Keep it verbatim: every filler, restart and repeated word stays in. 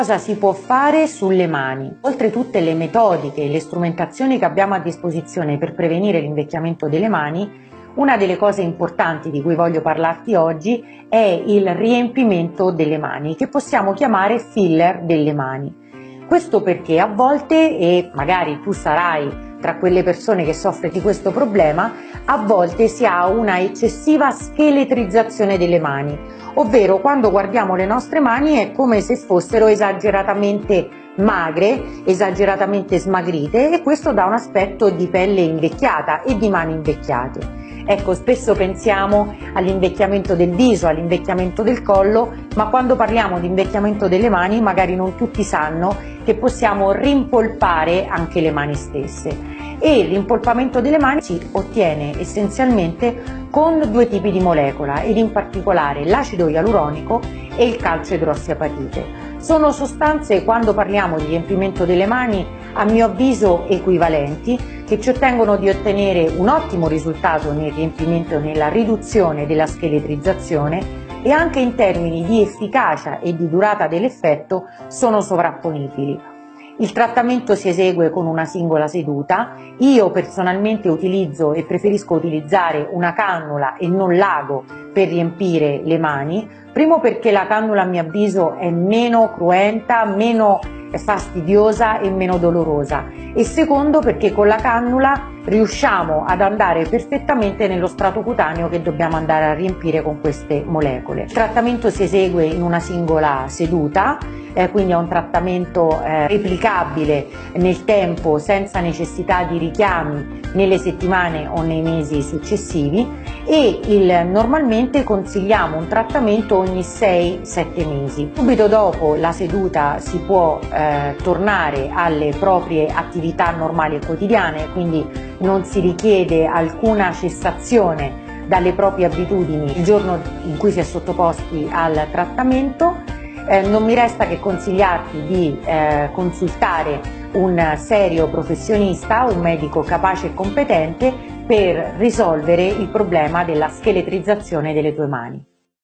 Cosa si può fare sulle mani? Oltre tutte le metodiche e le strumentazioni che abbiamo a disposizione per prevenire l'invecchiamento delle mani, una delle cose importanti di cui voglio parlarti oggi è il riempimento delle mani, che possiamo chiamare filler delle mani. Questo perché a volte, e magari tu sarai tra quelle persone che soffre di questo problema, a volte si ha una eccessiva scheletrizzazione delle mani, ovvero quando guardiamo le nostre mani è come se fossero esageratamente magre, esageratamente smagrite, e questo dà un aspetto di pelle invecchiata e di mani invecchiate. Ecco, spesso pensiamo all'invecchiamento del viso, all'invecchiamento del collo, ma quando parliamo di invecchiamento delle mani magari non tutti sanno che possiamo rimpolpare anche le mani stesse. E l'impolpamento delle mani si ottiene essenzialmente con due tipi di molecola, ed in particolare l'acido ialuronico e il calcio idrossiapatite. Sono sostanze, quando parliamo di riempimento delle mani, a mio avviso equivalenti, che ci ottengono di ottenere un ottimo risultato nel riempimento e nella riduzione della scheletrizzazione, e anche in termini di efficacia e di durata dell'effetto sono sovrapponibili. Il trattamento si esegue con una singola seduta. Io personalmente utilizzo e preferisco utilizzare una cannula e non l'ago per riempire le mani, primo perché la cannula a mio avviso è meno cruenta, meno fastidiosa e meno dolorosa, e secondo perché con la cannula riusciamo ad andare perfettamente nello strato cutaneo che dobbiamo andare a riempire con queste molecole. Il trattamento si esegue in una singola seduta, eh, quindi è un trattamento eh, replicabile nel tempo senza necessità di richiami nelle settimane o nei mesi successivi, e il, normalmente consigliamo un trattamento ogni sei sette mesi. Subito dopo la seduta si può eh, tornare alle proprie attività normali e quotidiane, quindi non si richiede alcuna cessazione dalle proprie abitudini il giorno in cui si è sottoposti al trattamento. Eh, non mi resta che consigliarti di eh, consultare un serio professionista, un medico capace e competente per risolvere il problema della scheletrizzazione delle tue mani.